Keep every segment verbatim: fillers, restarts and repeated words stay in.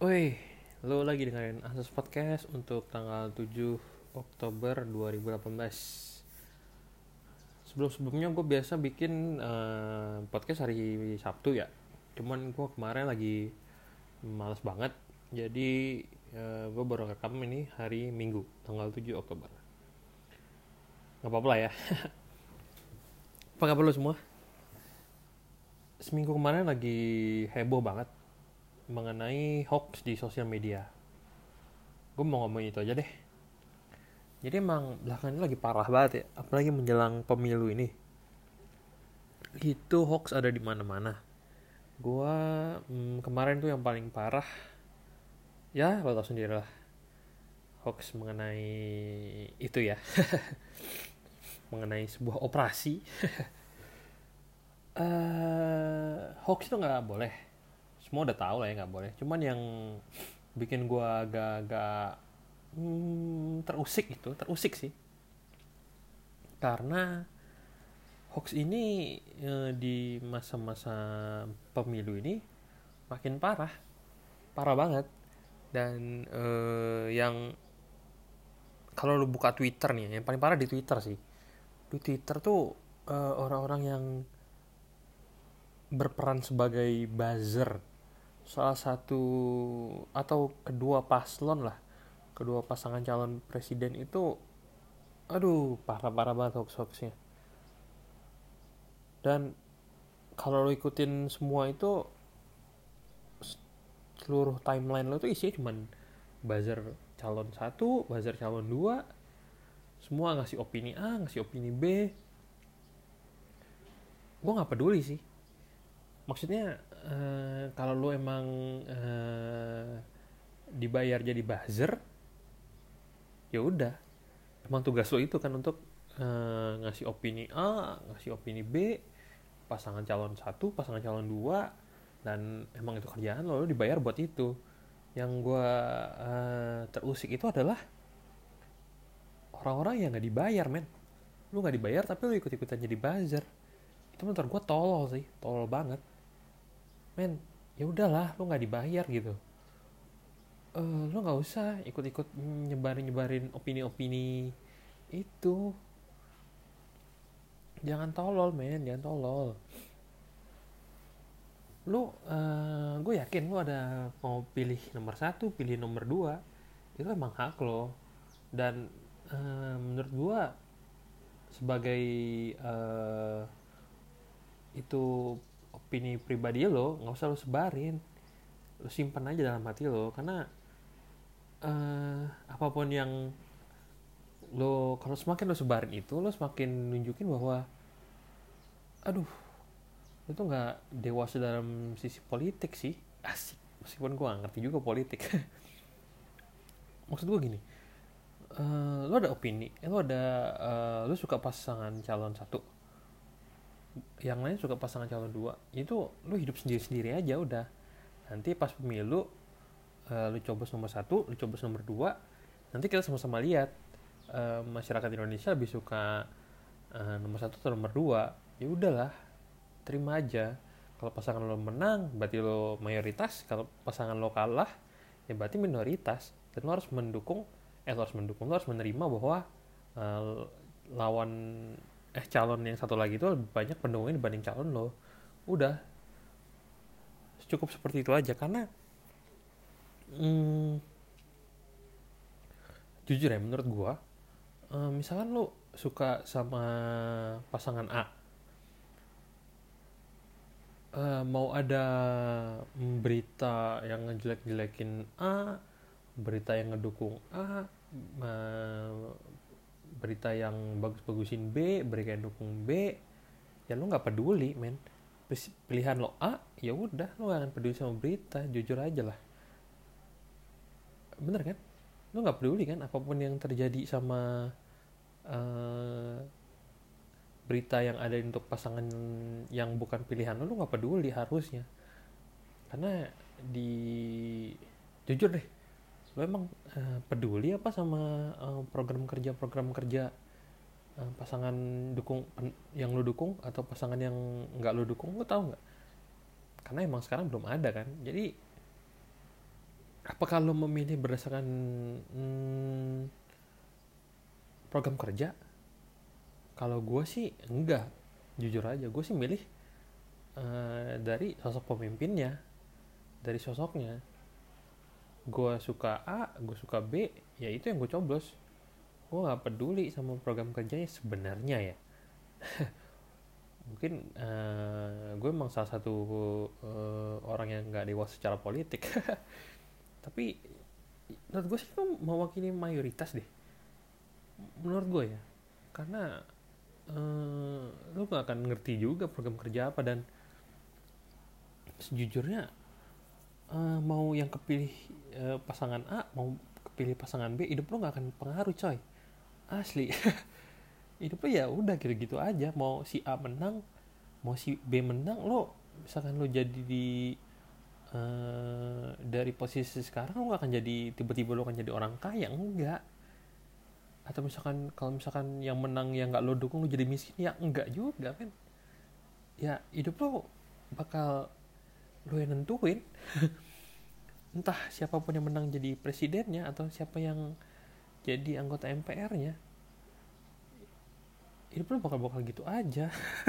Woi, lo lagi dengerin Asus Podcast untuk tanggal tujuh Oktober dua ribu delapan belas. Sebelum-sebelumnya gue biasa bikin uh, podcast hari Sabtu ya. Cuman gue kemarin lagi males banget. Jadi uh, gue baru rekam ini hari Minggu, tanggal tujuh Oktober. Gak apa-apa lah ya. Apa kabar lo semua? Seminggu kemarin lagi heboh banget mengenai hoax di sosial media. Gue mau ngomongin itu aja deh. Jadi emang belakangan ini lagi parah banget ya, apalagi menjelang pemilu ini. Itu hoax ada di mana-mana. Gua hmm, kemarin tuh yang paling parah, ya lo tau sendiri lah, hoax mengenai itu ya, mengenai sebuah operasi. uh, Hoax itu nggak boleh, semua udah tahu lah ya nggak boleh. Cuman yang bikin gua agak-agak hmm, terusik itu, terusik sih, karena hoax ini e, di masa-masa pemilu ini makin parah, parah banget. Dan e, yang kalau lu buka Twitter nih, yang paling parah di Twitter sih. Di Twitter tuh e, orang-orang yang berperan sebagai buzzer salah satu atau kedua paslon lah, kedua pasangan calon presiden itu, aduh parah-parah banget hoax-hoaxnya. Dan kalau lo ikutin semua itu, seluruh timeline lo tuh isinya cuman buzzer calon satu, buzzer calon dua, semua ngasih opini A, ngasih opini B. Gue nggak peduli sih. Maksudnya uh, kalau lo emang uh, dibayar jadi buzzer, ya udah. Emang tugas lo itu kan untuk uh, ngasih opini A, ngasih opini B, pasangan calon satu, pasangan calon dua, dan emang itu kerjaan lo, lo dibayar buat itu. Yang gue uh, terusik itu adalah orang-orang yang nggak dibayar, men. Lu nggak dibayar tapi lu ikut-ikutan jadi buzzer. Itu menurut gue tolol sih, tolol banget, men. Ya udahlah, lu nggak dibayar gitu. Uh, lu nggak usah ikut-ikut nyebarin-nyebarin opini-opini itu. Jangan tolol, men, jangan tolol. Lu, uh, gue yakin lu ada mau pilih nomor satu, pilih nomor dua, itu emang hak lo. Dan uh, menurut gue sebagai uh, itu opini pribadi lo, nggak usah lo sebarin, lo simpan aja dalam hati lo. Karena uh, apapun yang lo, kalau semakin lo sebarin itu, lo semakin nunjukin bahwa aduh, lo tuh nggak dewasa dalam sisi politik sih. Asik, meskipun gue gak ngerti juga politik. Maksud gue gini, uh, lo ada opini, eh, lo ada uh, lo suka pasangan calon satu, yang lain suka pasangan calon dua, itu lo hidup sendiri-sendiri aja udah. Nanti pas pemilu uh, lo coblos nomor satu, lo coblos nomor dua, nanti kita sama-sama lihat uh, masyarakat Indonesia lebih suka uh, nomor satu atau nomor dua. Ya udahlah, terima aja. Kalau pasangan lo menang, berarti lo mayoritas. Kalau pasangan lo kalah, ya berarti minoritas. Dan lo harus mendukung, eh lo harus mendukung, lo harus menerima bahwa uh, lawan eh calon yang satu lagi itu lebih banyak pendukungnya dibanding calon lo. Udah, cukup seperti itu aja. Karena hmm, jujur ya, menurut gue, uh, misalkan lo suka sama pasangan A, Uh, mau ada berita yang ngejelek-jelekin A, berita yang ngedukung A, uh, berita yang bagus-bagusin B, berita yang dukung B, ya lo nggak peduli, men. Pilihan lo A, ya udah, lo gak akan peduli sama berita. Jujur aja lah, bener kan? Lo nggak peduli kan apapun yang terjadi sama uh, berita yang ada untuk pasangan yang bukan pilihan lo, lo nggak peduli harusnya. Karena di jujur deh, lo emang uh, peduli apa sama uh, program kerja program kerja uh, pasangan dukung yang lo dukung atau pasangan yang nggak lo dukung? Lo tahu nggak? Karena emang sekarang belum ada kan. Jadi Apakah lo memilih berdasarkan hmm, program kerja? Kalau gue sih enggak, jujur aja gue sih milih uh, dari sosok pemimpinnya, dari sosoknya. Gue suka A, gue suka B, ya itu yang gue coblos. Gue nggak peduli sama program kerjanya sebenarnya ya. Mungkin uh, gue emang salah satu uh, orang yang nggak dewasa secara politik. Tapi menurut gue sih itu mewakili mayoritas deh. Menurut gue ya. Karena uh, lu gak akan ngerti juga program kerja apa. Dan sejujurnya uh, mau yang kepilih uh, pasangan A, mau kepilih pasangan B, hidup lu gak akan pengaruh coy. Asli. Hidup lu ya udah gitu-gitu aja. Mau si A menang, mau si B menang, lo misalkan lo jadi di uh, dari posisi sekarang, lo gak akan jadi tiba-tiba lo akan jadi orang kaya, enggak. Atau misalkan kalau misalkan yang menang yang nggak lo dukung lo jadi miskin, ya enggak juga kan. Ya hidup lo bakal lo yang nentuin. Entah siapapun yang menang jadi presidennya atau siapa yang jadi anggota M P R-nya, hidup lo bakal bakal gitu aja.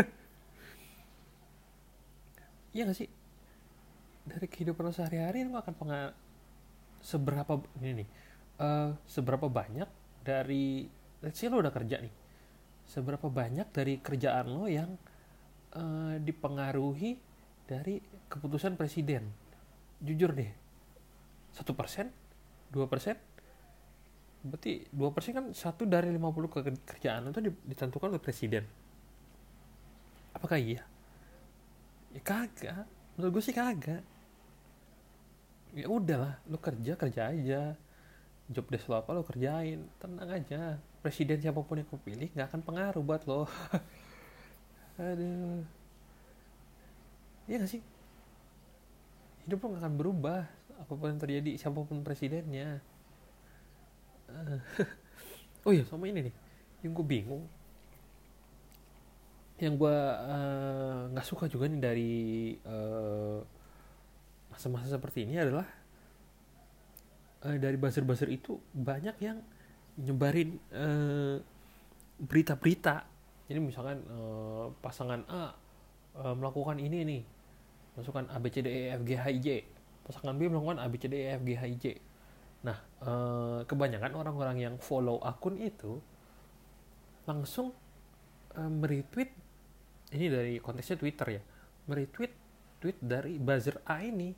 Iya gak sih? Dari kehidupan lo sehari-hari lo akan pengaruh seberapa ini nih uh, seberapa banyak dari, let's say lo udah kerja nih, seberapa banyak dari kerjaan lo yang uh, dipengaruhi dari keputusan presiden. Jujur deh, satu persen, dua persen, berarti dua persen kan satu dari lima puluh kerjaan itu ditentukan oleh presiden. Apakah iya? Ya kagak, menurut gue sih kagak. Ya udahlah, lo kerja kerja aja, job desk lo apa lo kerjain, tenang aja. Presiden siapapun yang kau pilih nggak akan pengaruh buat lo. Aduh, iya gak sih? Hidup lo gak akan berubah apapun yang terjadi, siapapun presidennya. Uh, oh iya, sama ini nih, yang gue bingung, yang gue nggak uh, suka juga nih dari uh, masa-masa seperti ini adalah uh, dari buzzer-buzzer itu banyak yang nyebarin uh, berita-berita. Jadi misalkan uh, pasangan A uh, melakukan ini nih, masukkan A B C D E F G H I J, pasangan B melakukan A B C D E F G H I J. Nah, uh, kebanyakan orang-orang yang follow akun itu langsung uh, meretweet, ini dari konteksnya Twitter ya, meretweet tweet dari buzzer A ini,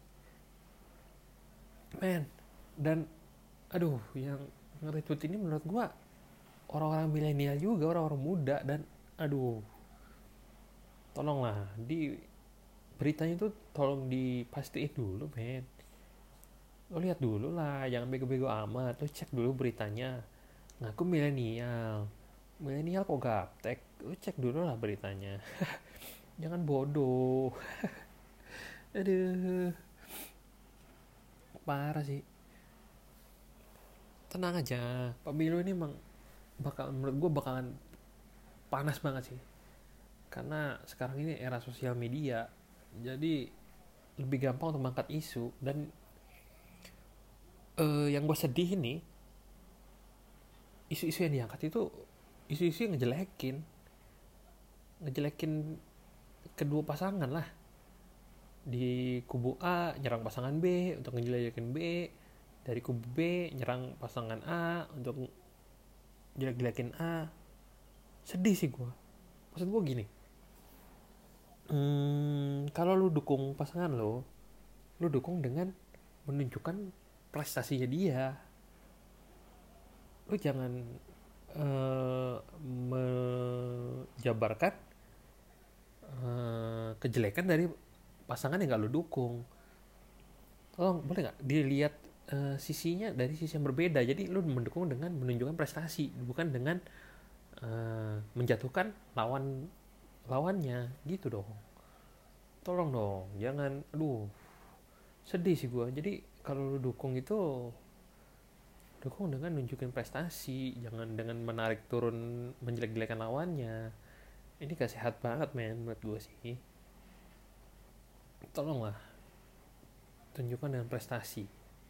men. Dan aduh, yang nge-retweet ini menurut gue orang-orang milenial juga, orang-orang muda. Dan aduh, tolonglah di beritanya tuh tolong dipastiin dulu, men. Lo lihat dulu lah, jangan bego-bego amat. Lo cek dulu beritanya, ngaku milenial, milenial kok gaptek. Lo cek dulu lah beritanya. Jangan bodoh. Aduh, parah sih. Tenang aja, pemilu ini emang bakal, menurut gue bakalan panas banget sih. Karena sekarang ini era sosial media, jadi lebih gampang untuk mengangkat isu. Dan uh, yang gue sedih ini, isu-isu yang diangkat itu isu-isu yang ngejelekin ngejelekin kedua pasangan lah. Di kubu A nyerang pasangan B untuk ngejelekin B, dari kubu B nyerang pasangan A untuk jelek-jelekin A. Sedih sih gue. Maksud gue gini, hmm, kalau lu dukung pasangan lo, lu dukung dengan menunjukkan prestasinya dia. Lu jangan uh, menjabarkan uh, kejelekan dari pasangan yang gak lu dukung. Tolong, boleh gak dilihat uh, sisinya dari sisi yang berbeda. Jadi lu mendukung dengan menunjukkan prestasi, bukan dengan uh, menjatuhkan lawan lawannya gitu dong. Tolong dong, jangan. Aduh, sedih sih gue. Jadi kalau lu dukung itu dukung dengan nunjukin prestasi, jangan dengan menarik turun menjelek-jelekan lawannya. Ini gak sehat banget, men, menurut gue sih. Tolonglah tunjukkan dengan prestasi.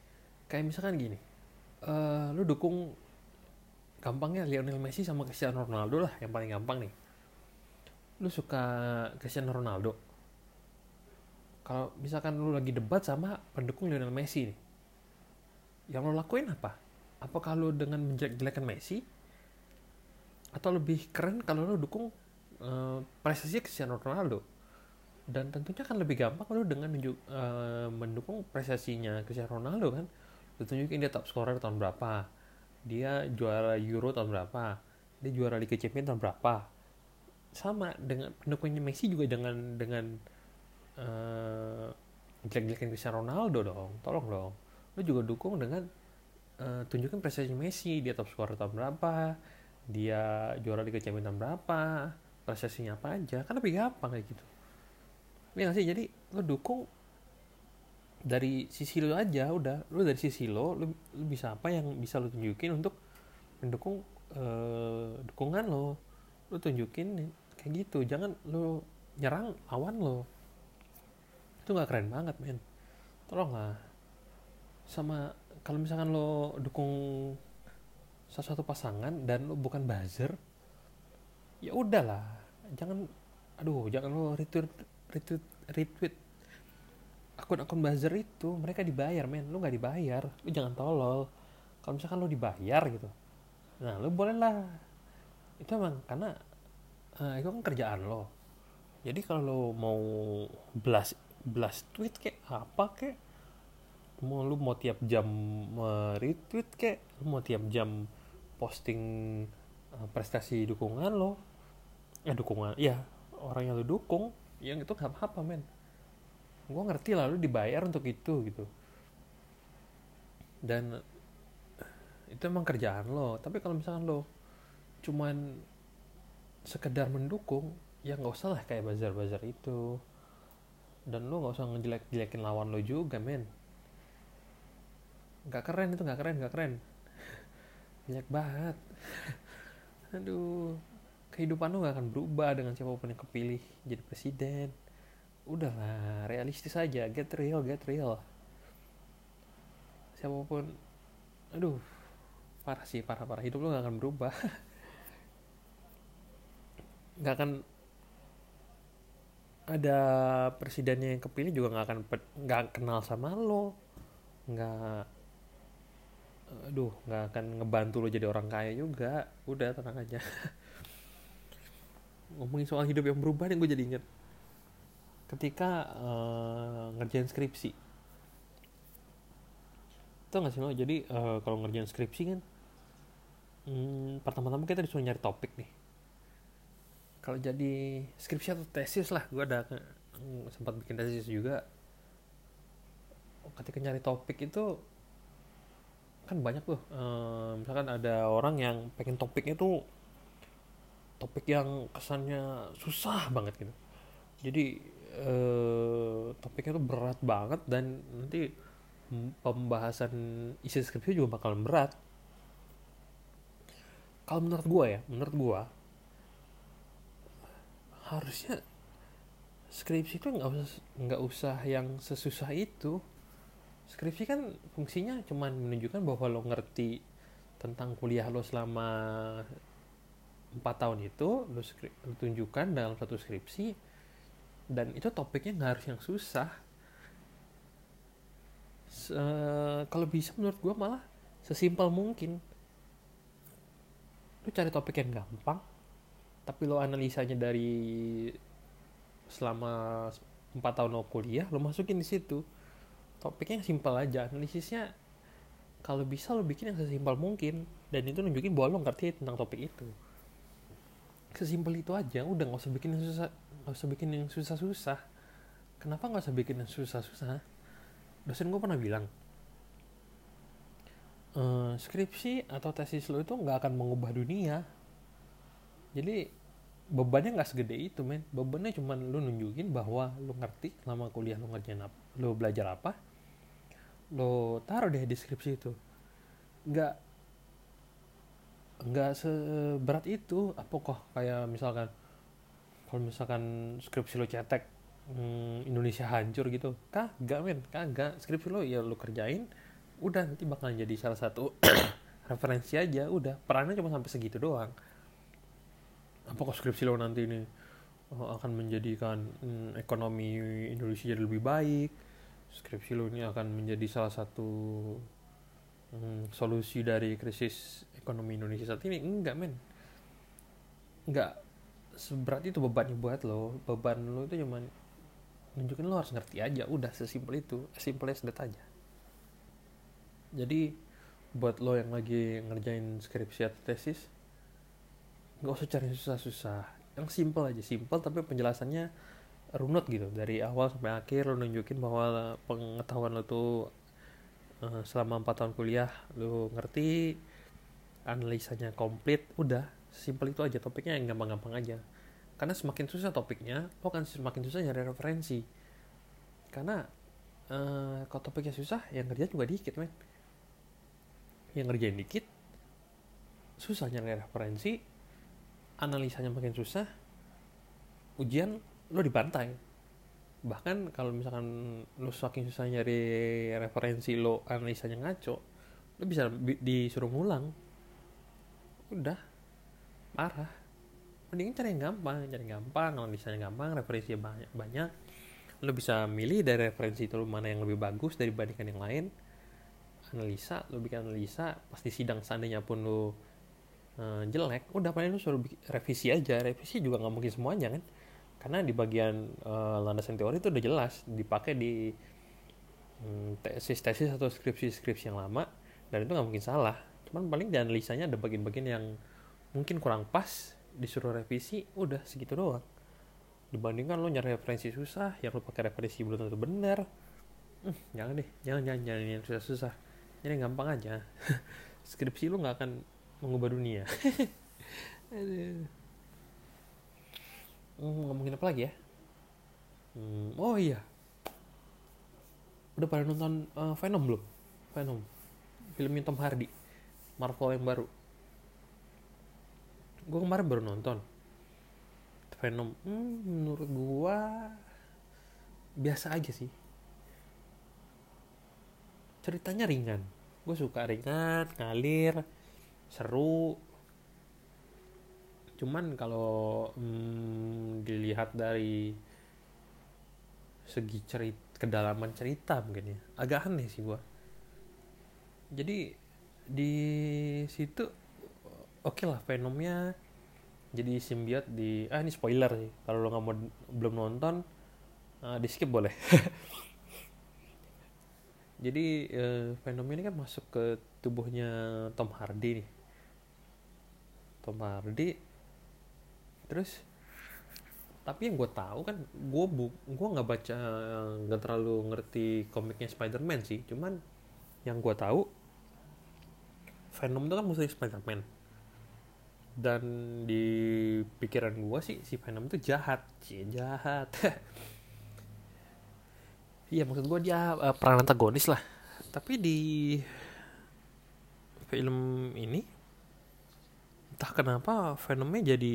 Kayak misalkan gini, uh, lu dukung gampangnya Lionel Messi sama Cristiano Ronaldo lah, yang paling gampang nih. Lu suka Cristiano Ronaldo, kalau misalkan lu lagi debat sama pendukung Lionel Messi nih, yang lo lakuin apa? Apakah lu dengan menjelek-jelekan Messi, atau lebih keren kalau lu dukung uh, prestasi Cristiano Ronaldo? Dan tentunya kan lebih gampang lu dengan menunjuk, uh, mendukung prestasinya Cristiano Ronaldo kan. Lu tunjukin dia top scorer tahun berapa, dia juara Euro tahun berapa, dia juara Liga Champions tahun berapa. Sama dengan pendukungnya Messi juga, dengan dengan uh, jelek-jelekin Cristiano Ronaldo dong, tolong dong. Lu juga dukung dengan uh, tunjukin prestasi Messi, dia top scorer tahun berapa, dia juara Liga Champions tahun berapa, prestasinya apa aja, kan lebih gampang kayak gitu. Iya sih, jadi lu dukung dari sisi lo aja, udah lu dari sisi lo, lu, lu bisa apa yang bisa lu tunjukin untuk mendukung uh, dukungan lo, lu tunjukin kayak gitu. Jangan lu nyerang lawan lo, itu nggak keren banget men, tolong lah. Sama kalau misalkan lo dukung salah satu pasangan dan lo bukan buzzer, ya udahlah, jangan, aduh jangan lo retweet retweet retweet akun-akun buzzer itu. Mereka dibayar men, lu nggak dibayar, lu jangan tolol. Kalau misalkan lu dibayar gitu, nah lu boleh lah, itu emang karena uh, itu kan kerjaan lo. Jadi kalau lo mau blast blast tweet kayak apa kayak, mau lu mau tiap jam uh, retweet kayak, lu mau tiap jam posting uh, prestasi dukungan lo, ya dukungan ya orang yang lu dukung, yang itu nggak apa-apa men. Gue ngerti lah lu dibayar untuk itu gitu, dan itu emang kerjaan lo. Tapi kalau misalkan lo cuman sekedar mendukung, ya nggak usah lah kayak bazar-bazar itu. Dan lo nggak usah ngejelek-jelekin lawan lo juga men, nggak keren itu, nggak keren nggak keren jelek banget. Aduh, kehidupan lo nggak akan berubah dengan siapapun yang kepilih jadi presiden. Udahlah, realistis aja, get real get real siapapun. Aduh, parah sih, parah parah, hidup lo nggak akan berubah. Nggak akan ada presidennya yang kepilih juga nggak akan nggak kenal sama lo, nggak, aduh nggak akan ngebantu lo jadi orang kaya juga. Udah tenang aja. Ngomongin soal hidup yang berubah nih, gue jadi inget ketika uh, ngerjain skripsi. Tau gak sih lo, jadi uh, kalau ngerjain skripsi kan, hmm, pertama-tama kita disuruh nyari topik nih. Kalau jadi skripsi atau tesis lah, gue ada uh, sempat bikin tesis juga. Ketika nyari topik itu kan banyak tuh, uh, misalkan ada orang yang pengen topiknya tuh topik yang kesannya susah banget gitu. Jadi uh, topiknya tuh berat banget, dan nanti pembahasan isi skripsi juga bakalan berat. Kalau menurut gue ya, menurut gue harusnya skripsi itu nggak usah nggak usah yang sesusah itu. Skripsi kan fungsinya cuma menunjukkan bahwa lo ngerti tentang kuliah lo selama empat tahun itu, lo, skri- lo tunjukkan dalam satu skripsi, dan itu topiknya nggak harus yang susah. Se- kalau bisa menurut gue malah sesimpel mungkin. Lo cari topik yang gampang, tapi lo analisanya dari selama empat tahun lo kuliah, lo masukin di situ. Topiknya yang simpel aja, analisisnya kalau bisa lo bikin yang sesimpel mungkin, dan itu nunjukin bahwa lo ngerti tentang topik itu. Sesimpel itu aja, udah nggak usah bikin yang susah, nggak usah bikin yang susah-susah. Kenapa nggak usah bikin yang susah-susah? Dosen gue pernah bilang, e, skripsi atau tesis lo itu nggak akan mengubah dunia. Jadi bebannya nggak segede itu men. Bebannya cuma lo nunjukin bahwa lo ngerti selama kuliah lo ngerjain apa, lo belajar apa, lo taruh deh deskripsi itu. Nggak nggak seberat itu. Apa kok kayak misalkan, kalau misalkan skripsi lo cetek, hmm, Indonesia hancur gitu, kagak men, kagak. Skripsi lo ya lo kerjain, udah nanti bakal jadi salah satu referensi aja. Udah, perannya cuma sampai segitu doang. Apakah skripsi lo nanti ini uh, akan menjadikan hmm, ekonomi Indonesia jadi lebih baik, skripsi lo ini akan menjadi salah satu hmm, solusi dari krisis ekonomi Indonesia saat ini? Enggak, men. Enggak seberat itu bebannya buat lo. Beban lo itu cuma nunjukin lo harus ngerti aja. Udah, sesimpel itu, simple as that aja. Jadi buat lo yang lagi ngerjain skripsi atau tesis, nggak usah cari susah-susah, yang simple aja. Simple tapi penjelasannya runut gitu, dari awal sampai akhir. Lo nunjukin bahwa pengetahuan lo tuh uh, selama empat tahun kuliah lo ngerti, analisanya komplit. Udah, simple itu aja. Topiknya yang gampang-gampang aja, karena semakin susah topiknya lo kan semakin susah nyari referensi. Karena uh, kalau topiknya susah, yang kerja juga dikit, men. Yang ngerjain dikit, susah nyari referensi, analisanya makin susah, ujian lo dibantai. Bahkan kalau misalkan lo saking susah nyari referensi, lo analisanya ngaco, lo bisa bi- disuruh ngulang. Udah, parah. Mending cari yang gampang, cari yang gampang, analisanya gampang, referensinya banyak, banyak. Lo bisa milih dari referensi itu mana yang lebih bagus dibandingkan yang lain. Analisa, lo bikin analisa, pasti sidang seandainya pun lo uh, jelek, udah paling lo suruh revisi aja. Revisi juga nggak mungkin semuanya kan, karena di bagian uh, landasan teori itu udah jelas dipakai di um, tesis-tesis atau skripsi-skripsi yang lama, dan itu nggak mungkin salah. Cuman paling di analisanya ada bagian-bagian yang mungkin kurang pas, disuruh revisi. Udah segitu doang, dibandingkan lo nyari referensi susah, yang lo pakai referensi belum tentu benar. Hmm, jangan deh, jangan jangan jangan yang susah-susah. Jadi gampang aja. Skripsi lu nggak akan mengubah dunia. Aduh. Hmm, ngomongin apa lagi ya? Hmm, oh iya, udah pada nonton uh, Venom belum? Venom, filmnya Tom Hardy, Marvel yang baru. Gue kemarin baru nonton Venom. Hmm, menurut gue biasa aja sih. Ceritanya ringan, gue suka ringan, ngalir, seru. Cuman kalau hmm, dilihat dari segi cerita, kedalaman cerita mungkin ya, agak aneh sih gue. Jadi di situ oke okay lah, Venomnya jadi simbiot di ah ini spoiler sih, kalau lo nggak mau belum nonton uh, di skip boleh. Jadi uh, Venom ini kan masuk ke tubuhnya Tom Hardy nih. Tom Hardy. Terus tapi yang gue tahu kan, gue bu gue nggak baca, nggak terlalu ngerti komiknya Spider-Man sih. Cuman yang gue tahu, Venom itu kan musuhnya Spider-Man. Dan di pikiran gue sih si Venom itu jahat, sih jahat. Iya, maksud gue dia uh, peran antagonis lah. Tapi di film ini entah kenapa Venomnya jadi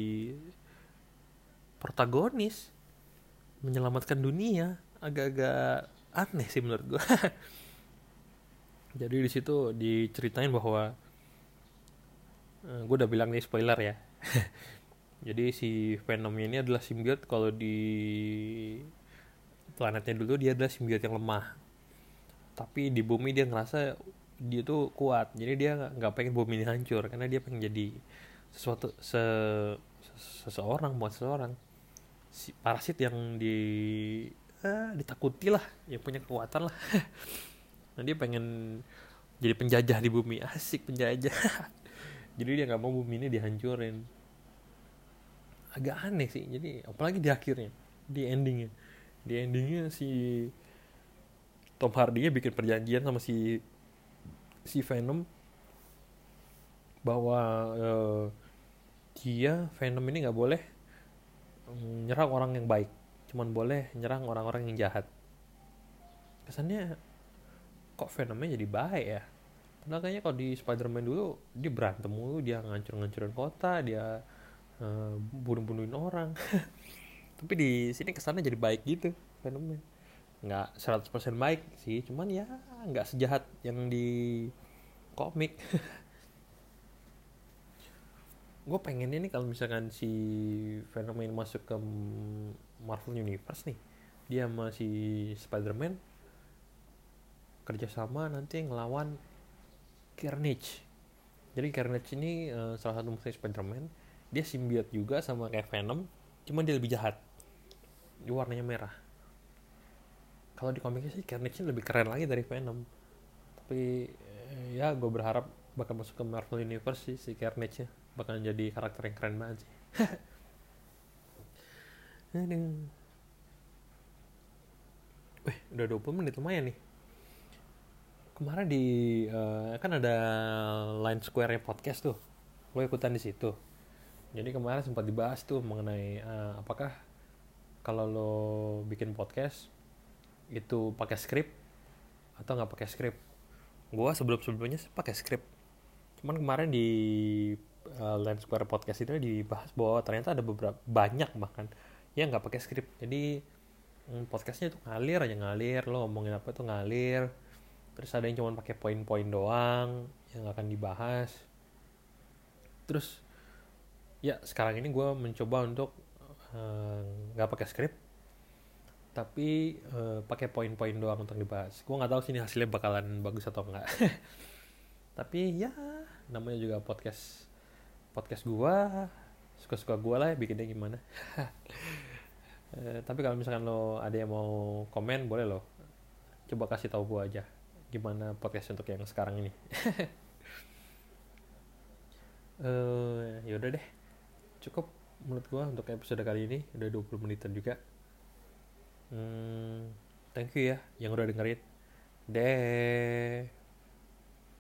protagonis, menyelamatkan dunia. Agak-agak aneh sih menurut gue. Jadi di situ diceritain bahwa uh, gue udah bilang nih spoiler ya. Jadi si Venom ini adalah simbiot. Kalau di planetnya dulu dia adalah simbiot yang lemah, tapi di bumi dia ngerasa dia tuh kuat. Jadi dia nggak pengen bumi ini hancur, karena dia pengen jadi sesuatu se, seseorang buat seseorang si parasit yang di eh, ditakuti lah, yang punya kekuatan lah. Nah dia pengen jadi penjajah di bumi. Asik, penjajah. Jadi dia nggak mau bumi ini dihancurin. Agak aneh sih. Jadi apalagi di akhirnya, di endingnya di endingnya si Tom Hardy bikin perjanjian sama si si Venom bahwa uh, dia Venom ini nggak boleh nyerang orang yang baik, cuman boleh nyerang orang-orang yang jahat. Kesannya kok Venomnya jadi baik ya? Padahal kayaknya kalau di Spider-Man dulu dia berantem mulu, dia ngancur-ngancurin kota, dia uh, bunuh-bunuhin orang. Tapi di sini kesannya jadi baik gitu Venomnya. nggak seratus persen baik sih, cuman ya nggak sejahat yang di komik. Gue pengennya nih kalau misalkan si Venom ini masuk ke Marvel Universe nih, dia sama si Spider-Man kerjasama nanti ngelawan Carnage. Jadi Carnage ini uh, salah satu musuh Spider-Man. Dia simbiot juga sama kayak Venom, cuma dia lebih jahat. Dia warnanya merah. Kalau di komiknya sih Carnage lebih keren lagi dari Venom. Tapi eh, ya gue berharap bakal masuk ke Marvel Universe sih si Carnage-nya. Bakal jadi karakter yang keren banget sih. Aduh. Weh, udah dua puluh menit lumayan nih. Kemarin di uh, kan ada Line Square podcast tuh. Lo ikutan di situ. Jadi kemarin sempat dibahas tuh mengenai uh, apakah kalau lo bikin podcast itu pakai skrip atau nggak pakai skrip. Gua sebelum sebelumnya pakai skrip. Cuman kemarin di uh, Line Square podcast itu dibahas bahwa ternyata ada beberapa banyak bahkan yang nggak pakai skrip. Jadi hmm, podcastnya itu ngalir aja ngalir. Lo ngomongin apa tuh ngalir. Terus ada yang cuma pakai poin-poin doang yang akan dibahas. Terus ya sekarang ini gue mencoba untuk nggak uh, pakai skrip, tapi uh, pakai poin-poin doang untuk dibahas. Gue nggak tahu sih ini hasilnya bakalan bagus atau enggak. Tapi ya namanya juga podcast podcast gue, suka-suka gue lah ya bikinnya gimana. uh, tapi kalau misalkan lo ada yang mau komen boleh lo coba kasih tahu gue aja gimana podcast untuk yang sekarang ini. uh, yaudah deh, cukup menurut gua untuk episode kali ini, udah dua puluh menitan juga. hmm, Thank you ya yang udah dengerin deh.